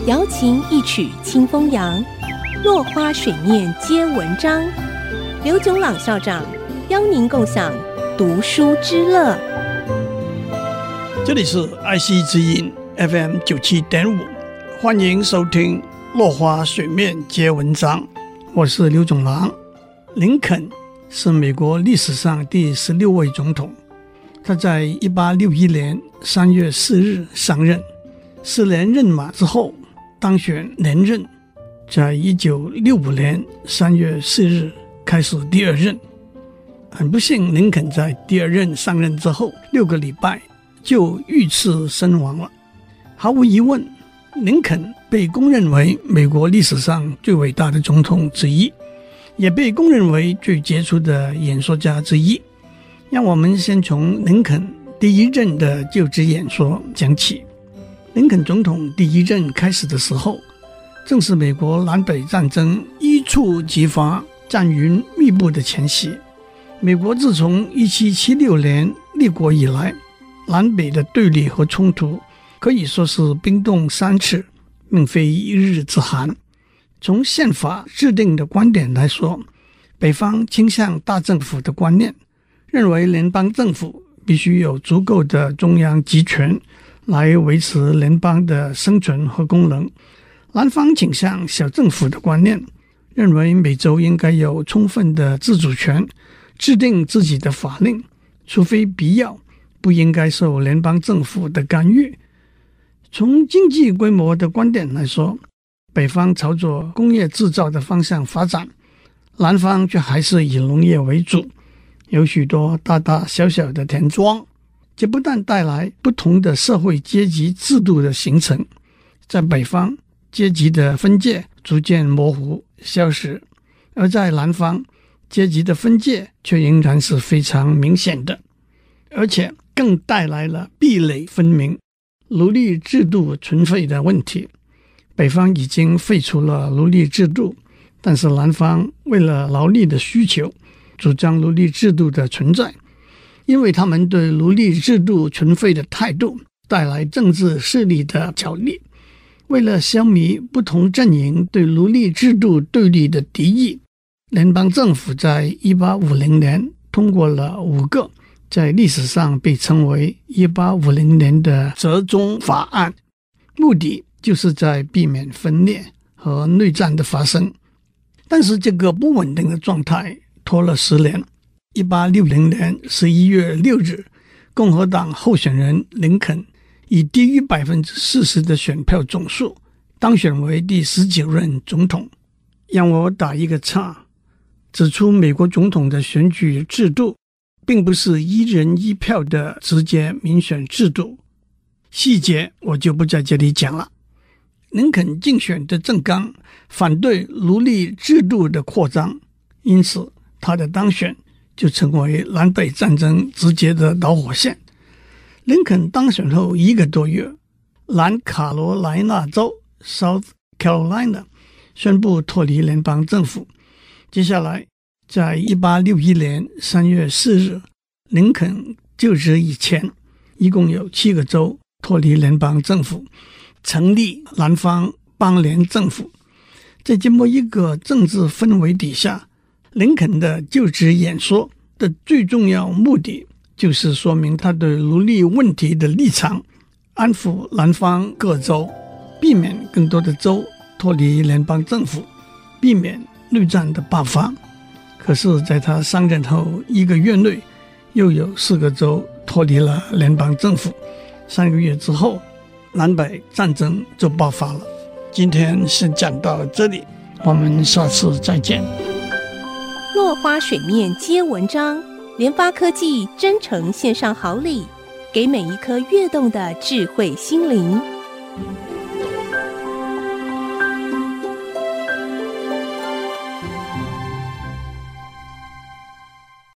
瑶琴一曲清风扬，落花水面皆文章。刘炯朗校长邀您共享读书之乐。 这里是爱惜之音 FM 97.5，欢迎收听落花水面皆文章。我是刘炯朗。林肯是美国历史上第16位总统，他在1861年3月4日上任，4年任满之后当选连任，在1965年3月4日开始第二任。很不幸，林肯在第二任上任之后6个礼拜就遇刺身亡了。毫无疑问，林肯被公认为美国历史上最伟大的总统之一，也被公认为最杰出的演说家之一。让我们先从林肯第一任的就职演说讲起。林肯总统第一任开始的时候，正是美国南北战争一触即发、战云密布的前夕。美国自从1776年立国以来，南北的对立和冲突可以说是冰冻3次，并非一日之寒。从宪法制定的观点来说，北方倾向大政府的观念，认为联邦政府必须有足够的中央集权来维持联邦的生存和功能。南方倾向小政府的观念，认为每州应该有充分的自主权，制定自己的法令，除非必要，不应该受联邦政府的干预。从经济规模的观点来说，北方朝着工业制造的方向发展，南方却还是以农业为主，有许多大大小小的田庄。这不但带来不同的社会阶级制度的形成，在北方阶级的分界逐渐模糊消失，而在南方阶级的分界却仍然是非常明显的，而且更带来了壁垒分明、奴隶制度存废的问题。北方已经废除了奴隶制度，但是南方为了劳力的需求，主张奴隶制度的存在。因为他们对奴隶制度存废的态度带来政治势力的角力。为了消弭不同阵营对奴隶制度对立的敌意，联邦政府在1850年通过了5个在历史上被称为1850年的折中法案，目的就是在避免分裂和内战的发生。但是这个不稳定的状态拖了10年。1860年11月6日，共和党候选人林肯以低于 40% 的选票总数当选为第19任总统。让我打一个岔，指出美国总统的选举制度并不是1人1票的直接民选制度，细节我就不在这里讲了。林肯竞选的政纲反对奴隶制度的扩张，因此他的当选就成为南北战争直接的导火线。林肯当选后1个多月，南卡罗来纳州 South Carolina 宣布脱离联邦政府。接下来在1861年3月4日林肯就职以前，一共有7个州脱离联邦政府，成立南方邦联政府。在这么一个政治氛围底下，林肯的就职演说的最重要目的就是说明他对奴隶问题的立场，安抚南方各州，避免更多的州脱离联邦政府，避免内战的爆发。可是在他上任后1个月内，又有4个州脱离了联邦政府。3个月之后，南北战争就爆发了。今天先讲到这里，我们下次再见。 落花水面皆文章，联发科技真诚献上好礼，给每一颗跃动的智慧心灵。